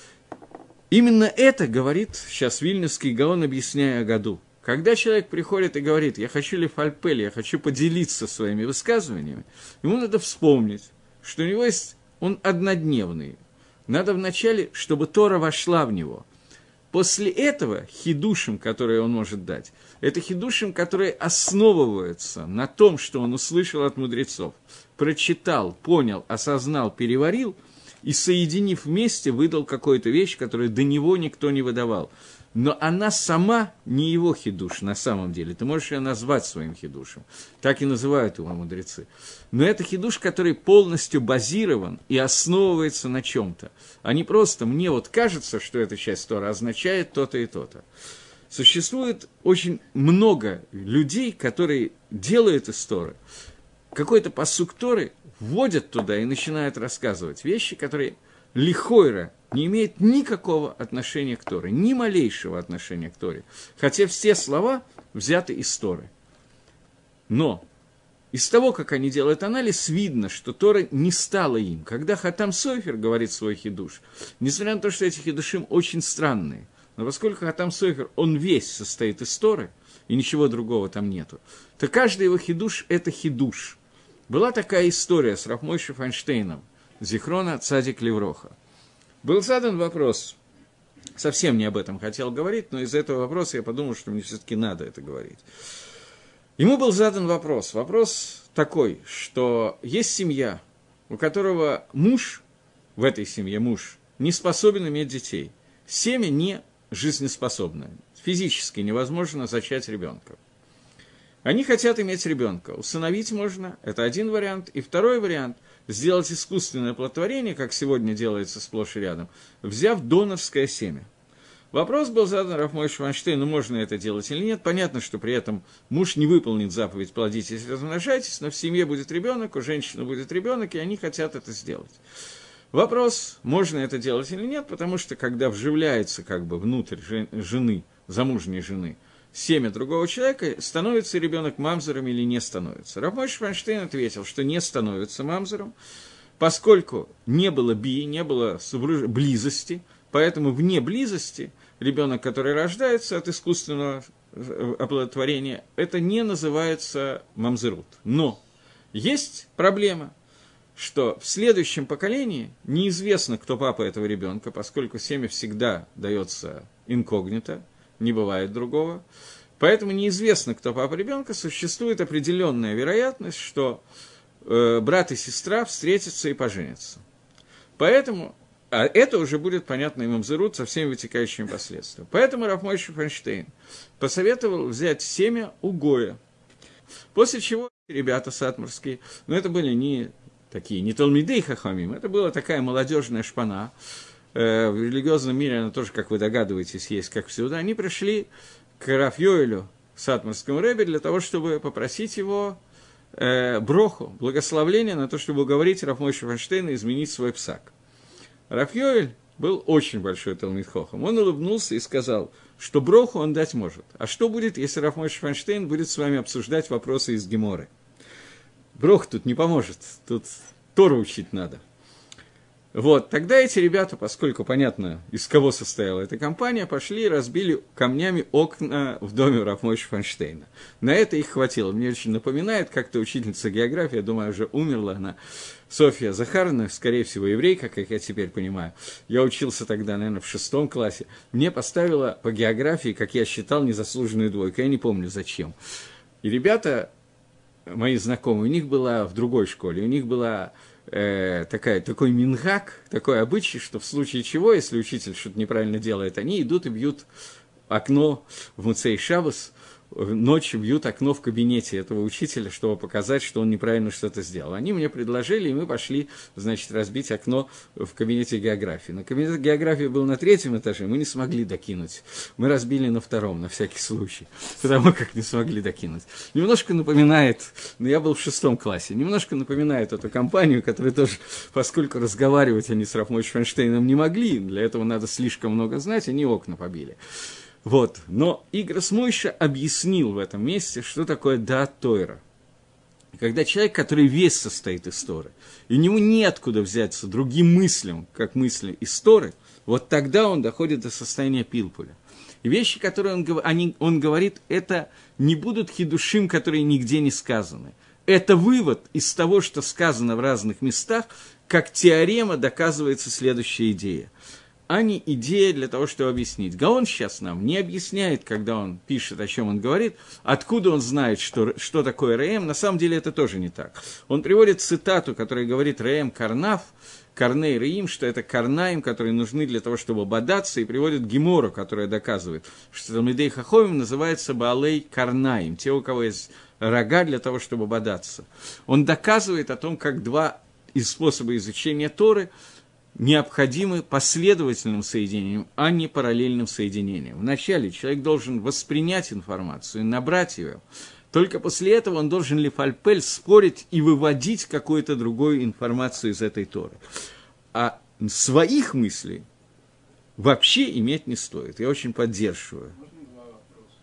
A: именно это говорит сейчас Вильнюсский Гаон, объясняя Агаду. Когда человек приходит и говорит, я хочу лефальпель, я хочу поделиться своими высказываниями, ему надо вспомнить, что у него есть, он однодневный. Надо вначале, чтобы Тора вошла в него. После этого хидушим, которые он может дать, это хидушим, которые основываются на том, что он услышал от мудрецов, прочитал, понял, осознал, переварил, и, соединив вместе, выдал какую-то вещь, которую до него никто не выдавал. Но она сама не его хидуш на самом деле. Ты можешь ее назвать своим хидушем. Так и называют его мудрецы. Но это хидуш, который полностью базирован и основывается на чем-то. А не просто мне вот кажется, что эта часть Тора означает то-то и то-то. Существует очень много людей, которые делают из Торы какой-то пасук Торы, вводят туда и начинают рассказывать вещи, которые лихойра не имеют никакого отношения к Торе, ни малейшего отношения к Торе. Хотя все слова взяты из Торы. Но из того, как они делают анализ, видно, что Тора не стала им. Когда Хатам Софер говорит свой хидуш, несмотря на то, что эти хидушим очень странные, но поскольку Хатам Софер, он весь состоит из Торы, и ничего другого там нету, то каждый его хидуш – это хидуш. Была такая история с рав Мойше Файнштейном, Зихрона Цадик Левроха. Был задан вопрос, совсем не об этом хотел говорить, но из этого вопроса я подумал, что мне все-таки надо это говорить. Ему был задан вопрос, вопрос такой, что есть семья, у которого муж, в этой семье муж, не способен иметь детей. Семя не жизнеспособное, физически невозможно зачать ребенка. Они хотят иметь ребенка. Усыновить можно, это один вариант. И второй вариант – сделать искусственное оплодотворение, как сегодня делается сплошь и рядом, взяв донорское семя. Вопрос был задан рав Мойше Файнштейну, можно это делать или нет. Понятно, что при этом муж не выполнит заповедь «плодитесь и размножайтесь», но в семье будет ребенок, у женщины будет ребенок, и они хотят это сделать. Вопрос, можно это делать или нет, потому что когда вживляется как бы внутрь жены, замужней жены, семя другого человека, становится ребенок мамзером или не становится. Рав Мойше Файнштейн ответил, что не становится мамзером, поскольку не было би, не было близости, поэтому вне близости ребенок, который рождается от искусственного оплодотворения, это не называется мамзерут. Но есть проблема, что в следующем поколении неизвестно, кто папа этого ребенка, поскольку семя всегда дается инкогнито, не бывает другого. Поэтому неизвестно, кто папа ребенка, существует определенная вероятность, что э, брат и сестра встретятся и поженятся. Поэтому, а это уже будет понятно имам Зерут со всеми вытекающими последствиями. Поэтому рав Мойше Файнштейн посоветовал взять семя у Гоя. После чего ребята сатмарские, но это были не такие, не талмидей хахамим, это была такая молодежная шпана. В религиозном мире она тоже, как вы догадываетесь, есть как всюду. Они пришли к рав Йоэлю, сатмарскому ребе, для того, чтобы попросить его э, броху, благословление на то, чтобы уговорить рав Мойше Файнштейна изменить свой псак. Рав Йоэль был очень большой талмид хохам. Он улыбнулся и сказал, что броху он дать может. А что будет, если Рав Мойше Файнштейн будет с вами обсуждать вопросы из Геморы? Брох тут не поможет, тут Тору учить надо. Вот, тогда эти ребята, поскольку понятно, из кого состояла эта компания, пошли и разбили камнями окна в доме Рав Мойше Файнштейна. На это их хватило. Мне очень напоминает, как-то учительница географии, я думаю, уже умерла она, Софья Захаровна, скорее всего, еврейка, как я теперь понимаю. Я учился тогда, наверное, в шестом классе. Мне поставила по географии, как я считал, незаслуженную двойку. Я не помню, зачем. И ребята, мои знакомые, у них была в другой школе, у них была... Такая, такой мингак, такой обычай, что в случае чего, если учитель что-то неправильно делает, они идут и бьют окно в Муцей Шаббос, ночью бьют окно в кабинете этого учителя, чтобы показать, что он неправильно что-то сделал. Они мне предложили, и мы пошли, значит, разбить окно в кабинете географии. Но кабинет географии был на третьем этаже, мы не смогли докинуть. Мы разбили на втором, на всякий случай, потому как не смогли докинуть. Немножко напоминает, ну, я был в шестом классе, немножко напоминает эту компанию, которая тоже, поскольку разговаривать они с Рав Мойше Файнштейном не могли, для этого надо слишком много знать, они окна побили. Вот, но Играс Мойше объяснил в этом месте, что такое даат Тойра. Когда человек, который весь состоит из Торы, и у него неоткуда взяться другим мыслям, как мысли из Торы, вот тогда он доходит до состояния пилпуля. И вещи, которые он, они, он говорит, это не будут хидушим, которые нигде не сказаны. Это вывод из того, что сказано в разных местах, как теорема доказывается следующая идея. А не идея для того, чтобы объяснить. Гаон сейчас нам не объясняет, когда он пишет, о чем он говорит, откуда он знает, что, что такое Реем. На самом деле это тоже не так. Он приводит цитату, которая говорит Реем Карнав, Карней Реим, что это Карнаим, которые нужны для того, чтобы бодаться, и приводит Гемору, которая доказывает, что Талмидей Хахомим называется Баалей Карнаим, те, у кого есть рога для того, чтобы бодаться. Он доказывает о том, как два из способа изучения Торы необходимы последовательным соединением, а не параллельным соединением. Вначале человек должен воспринять информацию, набрать ее. Только после этого он должен лифальпель спорить и выводить какую-то другую информацию из этой Торы. А своих мыслей вообще иметь не стоит. Я очень поддерживаю.
B: Можно два вопроса?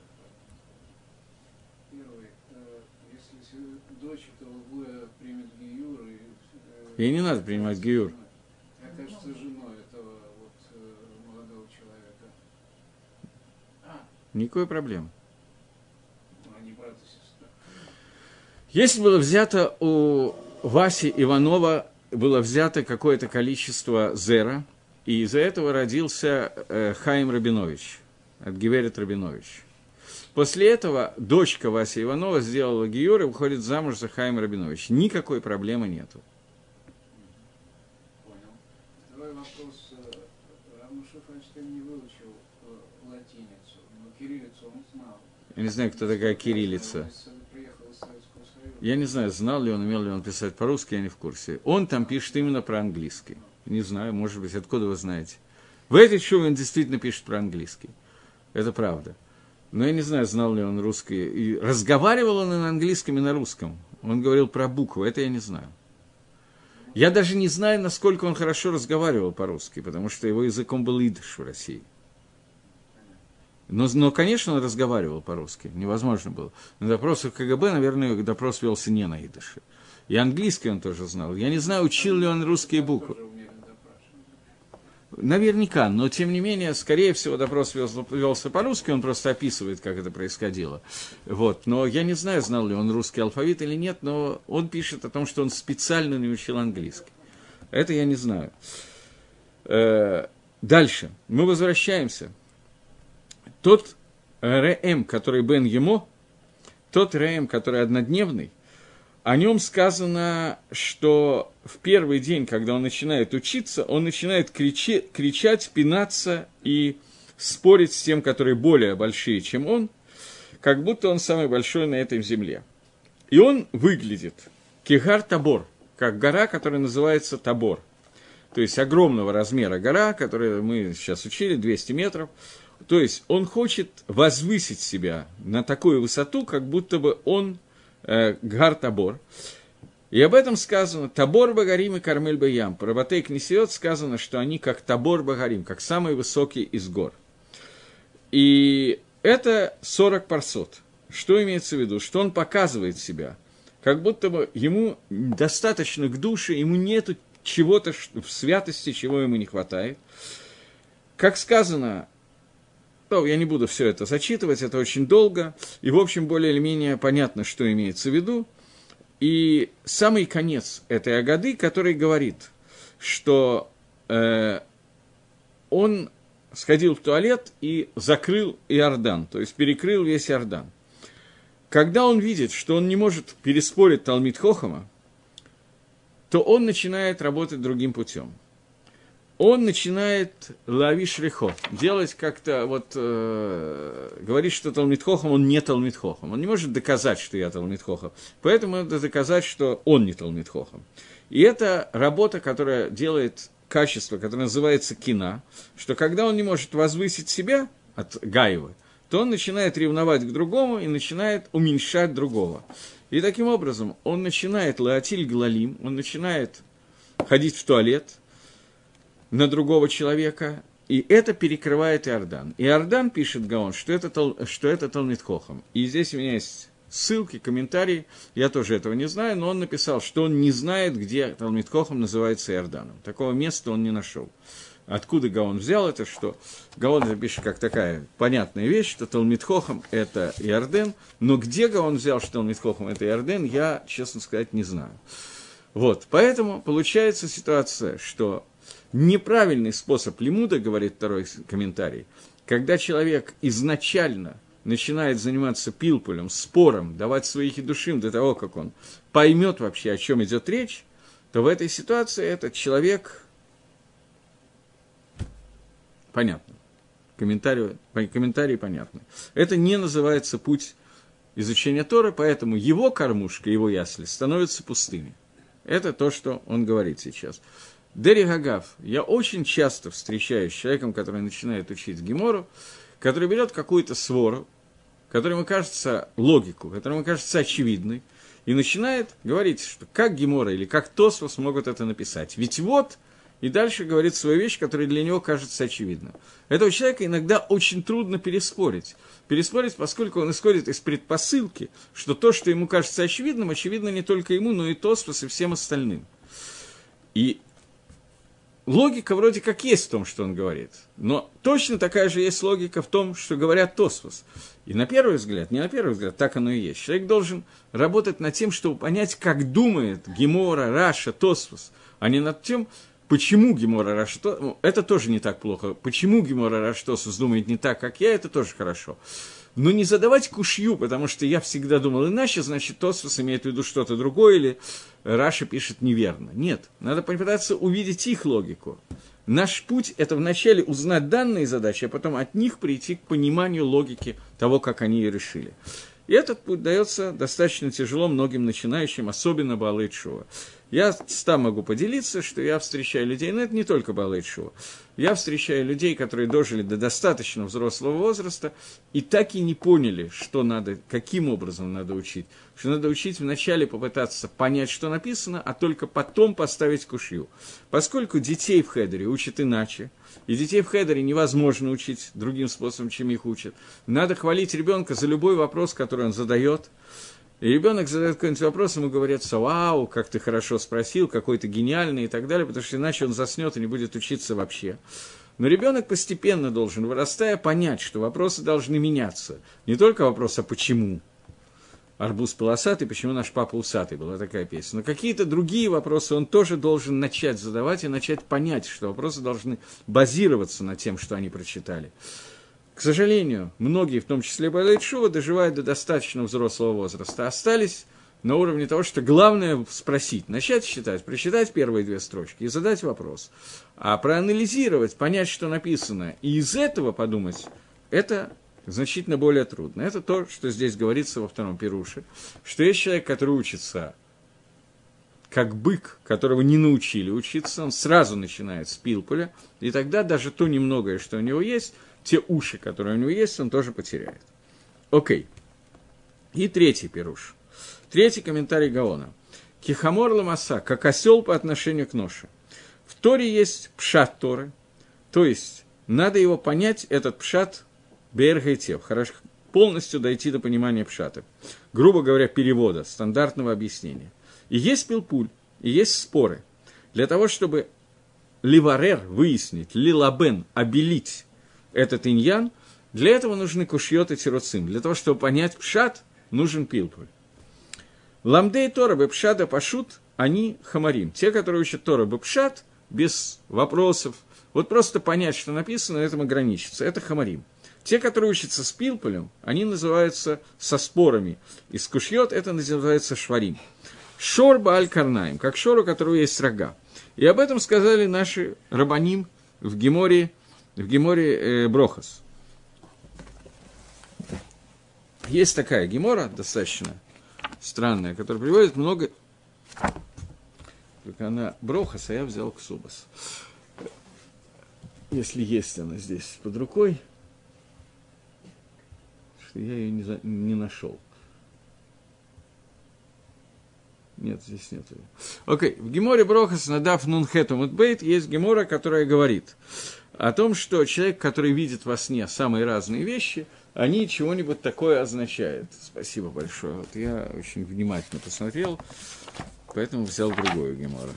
B: Первый. Если дочь Талгуя примет гиюр... И...
A: Ей не надо принимать гиюр.
B: Кажется, женой этого вот, э, молодого человека. А.
A: Никакой проблемы.
B: Ну, они брат и сестра.
A: Если было взято у Васи Иванова, было взято какое-то количество зера, и из-за этого родился э, Хаим Рабинович, от Геверет Рабинович. После этого дочка Васи Иванова сделала гиюр и выходит замуж за Хаим Рабинович. Никакой проблемы нету.
B: Вопрос. Рав Мойше Файнштейн не выучил латиницу, но кириллицу он знал.
A: Я не знаю, кто такая кириллица. Я не знаю, знал ли он, умел ли он писать по-русски, я не в курсе. Он там пишет именно про-английский. Не знаю, может быть, откуда вы знаете. В этой шуве он действительно пишет про-английский. Это правда. Но я не знаю, знал ли он русский. И разговаривал он и на английском, и на русском. Он говорил про буквы, это я не знаю. Я даже не знаю, насколько он хорошо разговаривал по-русски, потому что его языком был идиш в России. Но, но, конечно, он разговаривал по-русски, невозможно было. На допросах КГБ, наверное, допрос велся не на идише. И английский он тоже знал. Я не знаю, учил ли он русские буквы. Наверняка, но тем не менее, скорее всего, допрос велся по-русски, он просто описывает, как это происходило. Вот. Но я не знаю, знал ли он русский алфавит или нет, но он пишет о том, что он специально не учил английский. Это я не знаю. Дальше. Мы возвращаемся. Тот РМ, который Бен Емо, тот РМ, который однодневный, о нем сказано, что в первый день, когда он начинает учиться, он начинает кричи, кричать, пинаться и спорить с тем, которые более большие, чем он, как будто он самый большой на этой земле. И он выглядит кигар Табор, как гора, которая называется Табор. То есть огромного размера гора, которую мы сейчас учили, двести метров. То есть он хочет возвысить себя на такую высоту, как будто бы он Гар Табор. И об этом сказано «Табор Багарим и Кармель Баям». Про Батей Кнесиот сказано, что они как Табор Багарим, как самые высокие из гор. И это сорок парсот. Что имеется в виду? Что он показывает себя. Как будто бы ему достаточно к душе, ему нету чего-то в святости, чего ему не хватает. Как сказано, ну, я не буду все это зачитывать, это очень долго, и, в общем, более или менее понятно, что имеется в виду. И самый конец этой агады, который говорит, что э, он сходил в туалет и закрыл Иордан, то есть перекрыл весь Иордан. Когда он видит, что он не может переспорить Талмид Хохама, то он начинает работать другим путем. Он начинает лавиш рехо, делать как-то, вот, э, говорить, что Талмид Хохам, он не Талмид Хохам. Он не может доказать, что я Талмид Хохам, поэтому надо доказать, что он не Талмид Хохам. И это работа, которая делает качество, которое называется кина, что когда он не может возвысить себя от Гаевы, то он начинает ревновать к другому и начинает уменьшать другого. И таким образом он начинает лаатиль глалим, он начинает ходить в туалет на другого человека, и это перекрывает Иордан. Иордан, пишет Гаон, что это, что это Талмид Хохам. И здесь у меня есть ссылки, комментарии, я тоже этого не знаю, но он написал, что он не знает, где Талмид Хохам называется Иорданом. Такого места он не нашел. Откуда Гаон взял это, что Гаон это пишет как такая понятная вещь, что Талмид Хохам – это Иорден, но где Гаон взял, что Талмид Хохам – это Иорден, я, честно сказать, не знаю. Вот, поэтому получается ситуация, что неправильный способ лимуда, говорит второй комментарий, когда человек изначально начинает заниматься пилпулем, спором, давать свои хидушим до того, как он поймет вообще, о чем идет речь, то в этой ситуации этот человек... Понятно. Комментарии, комментарии понятны. Это не называется путь изучения Торы, поэтому его кормушка, его ясли становятся пустыми. Это то, что он говорит сейчас. Дери Гагав. Я очень часто встречаюсь с человеком, который начинает учить Гемору, который берет какую-то свору, которая ему кажется логику, которая ему кажется очевидной, и начинает говорить, что как Гемора или как Тосфос могут это написать. Ведь вот... И дальше говорит свою вещь, которая для него кажется очевидной. Этого человека иногда очень трудно переспорить. Переспорить, поскольку он исходит из предпосылки, что то, что ему кажется очевидным, очевидно не только ему, но и Тосфос, и всем остальным. И логика вроде как есть в том, что он говорит. Но точно такая же есть логика в том, что говорят Тосфос. И на первый взгляд, не на первый взгляд, так оно и есть. Человек должен работать над тем, чтобы понять, как думает Гемора, Раша, Тосфос, а не над тем, почему Гемора Раштосус, ну, это тоже не так плохо, почему Гемора Раштосус думает не так, как я, это тоже хорошо. Но не задавать кушью, потому что я всегда думал иначе, значит, Тосфос имеет в виду что-то другое, или Раша пишет неверно. Нет, надо попытаться увидеть их логику. Наш путь – это вначале узнать данные задачи, а потом от них прийти к пониманию логики того, как они ее решили. И этот путь дается достаточно тяжело многим начинающим, особенно Баалей Тшува. Я там могу поделиться, что я встречаю людей, но это не только Баалей Тшува. Я встречаю людей, которые дожили до достаточно взрослого возраста и так и не поняли, что надо, каким образом надо учить. Что надо учить вначале попытаться понять, что написано, а только потом поставить кушью. Поскольку детей в хедере учат иначе, и детей в хедере невозможно учить другим способом, чем их учат, надо хвалить ребенка за любой вопрос, который он задает. И ребенок задает какой-нибудь вопрос, ему говорят: «Вау, как ты хорошо спросил, какой ты гениальный» и так далее, потому что иначе он заснет и не будет учиться вообще. Но ребенок постепенно должен, вырастая, понять, что вопросы должны меняться. Не только вопрос «а почему?» Арбуз полосатый, почему наш папа усатый, была такая песня. Но какие-то другие вопросы он тоже должен начать задавать и начать понять, что вопросы должны базироваться на тем, что они прочитали. К сожалению, многие, в том числе Баалей Тшува, доживают до достаточно взрослого возраста, остались на уровне того, что главное спросить, начать считать, прочитать первые две строчки и задать вопрос. А проанализировать, понять, что написано, и из этого подумать, это значительно более трудно. Это то, что здесь говорится во втором пируше, что есть человек, который учится как бык, которого не научили учиться, он сразу начинает с пилпуля, и тогда даже то немногое, что у него есть, те уши, которые у него есть, он тоже потеряет. Окей. И третий пируш. Третий комментарий Гаона. кихамор ламаса, как осел по отношению к ноше. В Торе есть пшат Торы, то есть надо его понять, этот пшат беэр-гайтев, хорошо, полностью дойти до понимания пшата, грубо говоря, перевода, стандартного объяснения. И есть пилпуль, и есть споры. Для того, чтобы ливарер, выяснить, лилабен, обелить этот иньян, для этого нужны кушьот и тироцим. Для того, чтобы понять пшат, нужен пилпуль. Ламдей Тора бепшата пашут, они хамарим. Те, которые учат Тора бепшат, без вопросов, вот просто понять, что написано, на этом ограничиться. Это хамарим. Те, которые учатся с пилпулем, они называются со спорами. Из кушьот это называется шварим. Шор бааль карнаим, как шор, у которого есть рога. И об этом сказали наши рабаним в Геморе, в Геморе э, Брохас. Есть такая гемора, достаточно странная, которая приводит много... Только она Брохас, а я взял Ксубас. Если есть она здесь под рукой, что я ее не, за... не нашел. Нет, здесь нет ее. Окей, в Геморе Брохас надав нунхету мутбейт есть гемора, которая говорит о том, что человек, который видит во сне самые разные вещи, они чего-нибудь такое означают. Спасибо большое. Вот я очень внимательно посмотрел, поэтому взял другую гемору.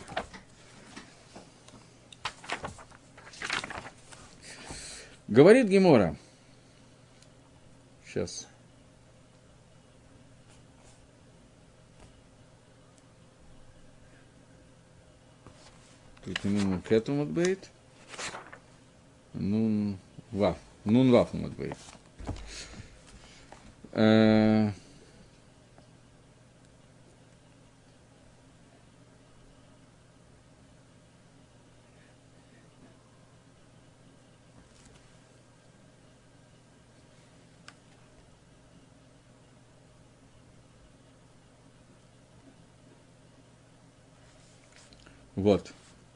A: Говорит гемора. Сейчас. Тут именно к этому отбейт. Нун ваф. Нун ваф отбейт. Э... Вот.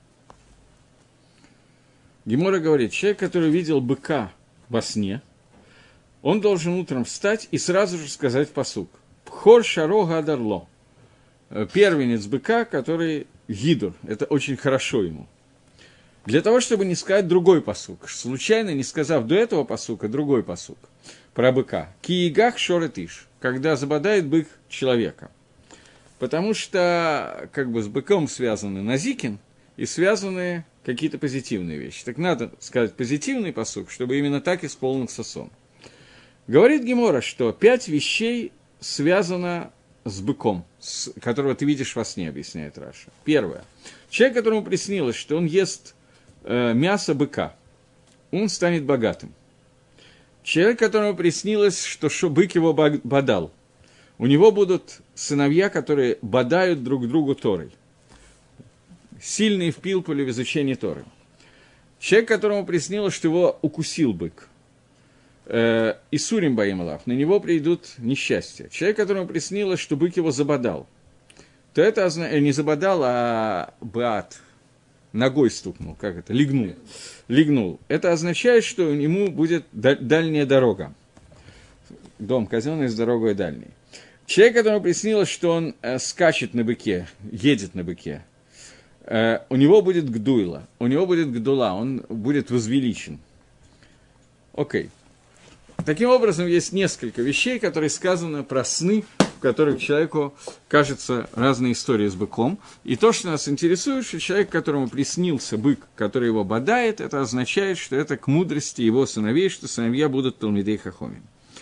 A: Гемора говорит, человек, который видел быка во сне, он должен утром встать и сразу же сказать пасук. Пхор шарога адарло. Первенец быка, который гидур. Это очень хорошо ему. Для того, чтобы не сказать другой пасук. Случайно не сказав до этого пасука другой пасук. Про быка. Киегах шоретиш. Когда забодает бык человека. Потому что как бы с быком связаны назикин и связаны какие-то позитивные вещи. Так надо сказать позитивный пасук, чтобы именно так исполнился сон. Говорит Гемора, что пять вещей связано с быком, с, которого ты видишь во сне, объясняет Раша. Первое. Человек, которому приснилось, что он ест э, мясо быка, он станет богатым. Человек, которому приснилось, что, что бык его бодал, у него будут сыновья, которые бодают друг другу Торой. Сильные в пилпуле в изучении Торы. Человек, которому приснилось, что его укусил бык. Э, Исурим Баималав, на него придут несчастья. Человек, которому приснилось, что бык его забодал. То это э, не забодал, а баат. Ногой стукнул, как это, легнул. Легнул. Это означает, что ему будет дальняя дорога. Дом казенный с дорогой дальней. Человек, которому приснилось, что он э, скачет на быке, едет на быке. Uh, у него будет гдуйла, у него будет гдула, он будет возвеличен. Окей. Okay. Таким образом, есть несколько вещей, которые сказаны про сны, в которых человеку кажутся разные истории с быком. И то, что нас интересует, что человек, которому приснился бык, который его бодает, это означает, что это к мудрости его сыновей, что сыновья будут талмидей хахомим.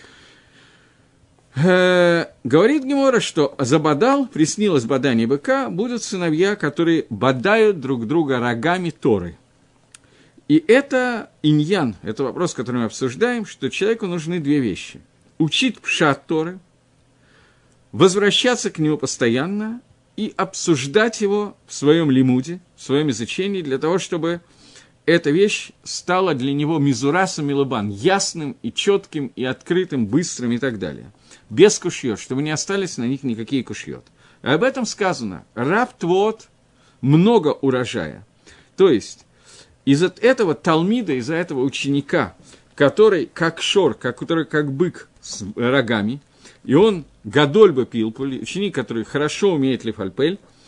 A: Э, говорит Гемора, что забодал, приснилось бодание быка, будут сыновья, которые бодают друг друга рогами Торы. И это иньян, это вопрос, который мы обсуждаем, что человеку нужны две вещи. Учить пшат Торы, возвращаться к нему постоянно и обсуждать его в своем лимуде, в своем изучении, для того, чтобы эта вещь стала для него мизурасом милубан, ясным и четким, и открытым, быстрым и так далее. Без кушьет, чтобы не остались на них никакие кушьет. И об этом сказано, раб твот, много урожая. То есть, из-за этого талмида, из-за этого ученика, который как шор, который как бык с рогами, и он гадоль бы пилпуль, ученик, который хорошо умеет лифальпель,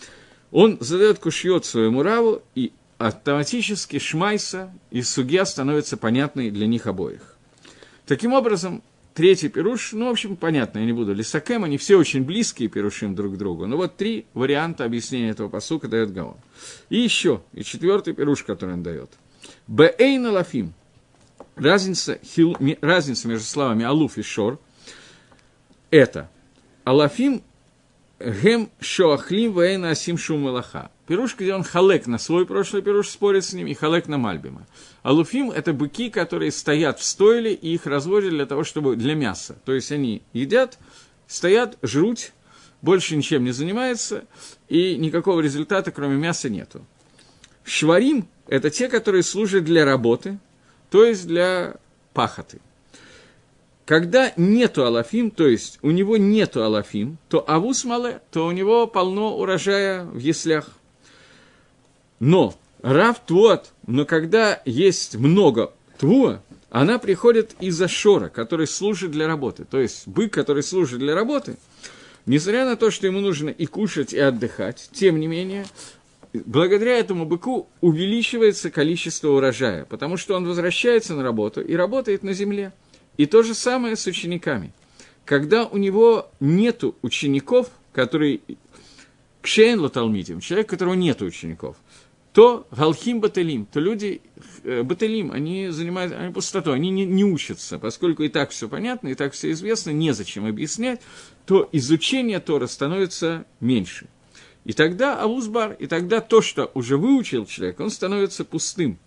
A: Он задает кушьет своему раву, и автоматически Шмайса и Сугья становятся понятной для них обоих. Таким образом, третий пируш, ну, в общем, понятно, я не буду лисакем, они все очень близкие пирушим друг к другу, но вот три варианта объяснения этого пасука дает Гаон. И еще, и четвертый пируш, который он дает. Бэйн алафим. Разница, хил, разница между словами алуф и шор – это алафим гем шоахлим вэйн асим шум элаха. Пируш, где он халек на свой прошлый пируш, спорит с ним, и халек на мальбима. Алуфим – это быки, которые стоят в стойле, и их разводят для того, чтобы для мяса. То есть они едят, стоят, жрут, больше ничем не занимаются, и никакого результата, кроме мяса, нету. Шварим – это те, которые служат для работы, то есть для пахоты. Когда нету алафим, то есть у него нету алафим, то авус мале, то у него полно урожая в яслях. Но рав твуат, но когда есть много твуа, она приходит из-за шора, который служит для работы. То есть бык, который служит для работы, несмотря на то, что ему нужно и кушать, и отдыхать, тем не менее, благодаря этому быку увеличивается количество урожая, потому что он возвращается на работу и работает на земле. И то же самое с учениками. Когда у него нету учеников, которые кшейн лоталмитим, человек, у которого нет учеников, то галхим бателим, то люди э, бателим, они занимаются они пустотой, они не, не учатся, поскольку и так все понятно, и так все известно, незачем объяснять, то изучение Тора становится меньше. И тогда авузбар, и тогда то, что уже выучил человек, он становится пустым.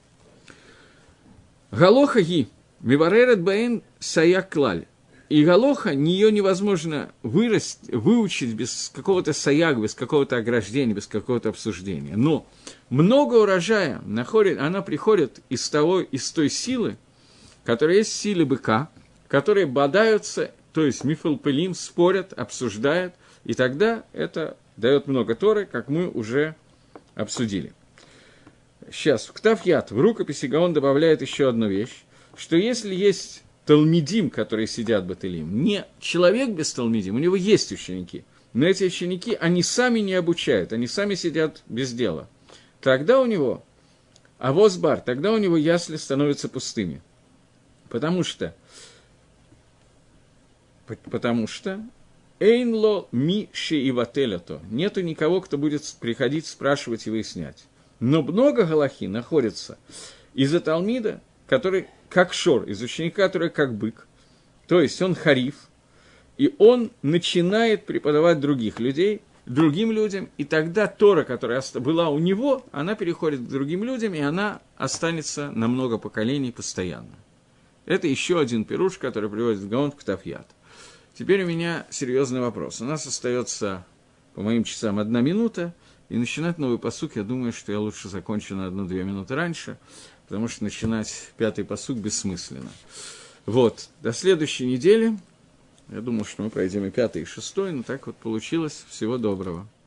A: Галоха ги, миваререт баэн саяк клаль. И галоха, ее невозможно вырасти, выучить без какого-то саяг, без какого-то ограждения, без какого-то обсуждения. Но много урожая находит, она приходит из, того, из той силы, которая есть силы быка, которые бодаются, то есть мифалпелим, спорят, обсуждают, и тогда это дает много Торы, как мы уже обсудили. Сейчас, в Ктав-Яд, в рукописи Гаон добавляет еще одну вещь, что если есть талмидим, которые сидят бателим, не человек без талмидим, у него есть ученики, но эти ученики, они сами не обучают, они сами сидят без дела. Тогда у него авозбар, тогда у него ясли становятся пустыми. Потому что, потому что эйнло ми шеивателято, нету никого, кто будет приходить, спрашивать и выяснять. Но много галахи находится из-за талмида, который как шор, из ученика, который как бык, то есть он хариф, и он начинает преподавать других людей, другим людям, и тогда Тора, которая была у него, она переходит к другим людям, и она останется на много поколений постоянно. Это еще один пируш, который приводит в Гаон в Ктав-Яд. Теперь у меня серьезный вопрос. У нас остается, по моим часам, одна минута, и начинать новый пасук, я думаю, что я лучше закончу на одну-две минуты раньше, потому что начинать пятый пасук бессмысленно. Вот, до следующей недели. Я думал, что мы пройдем и пятый, и шестой, но так вот получилось. Всего доброго.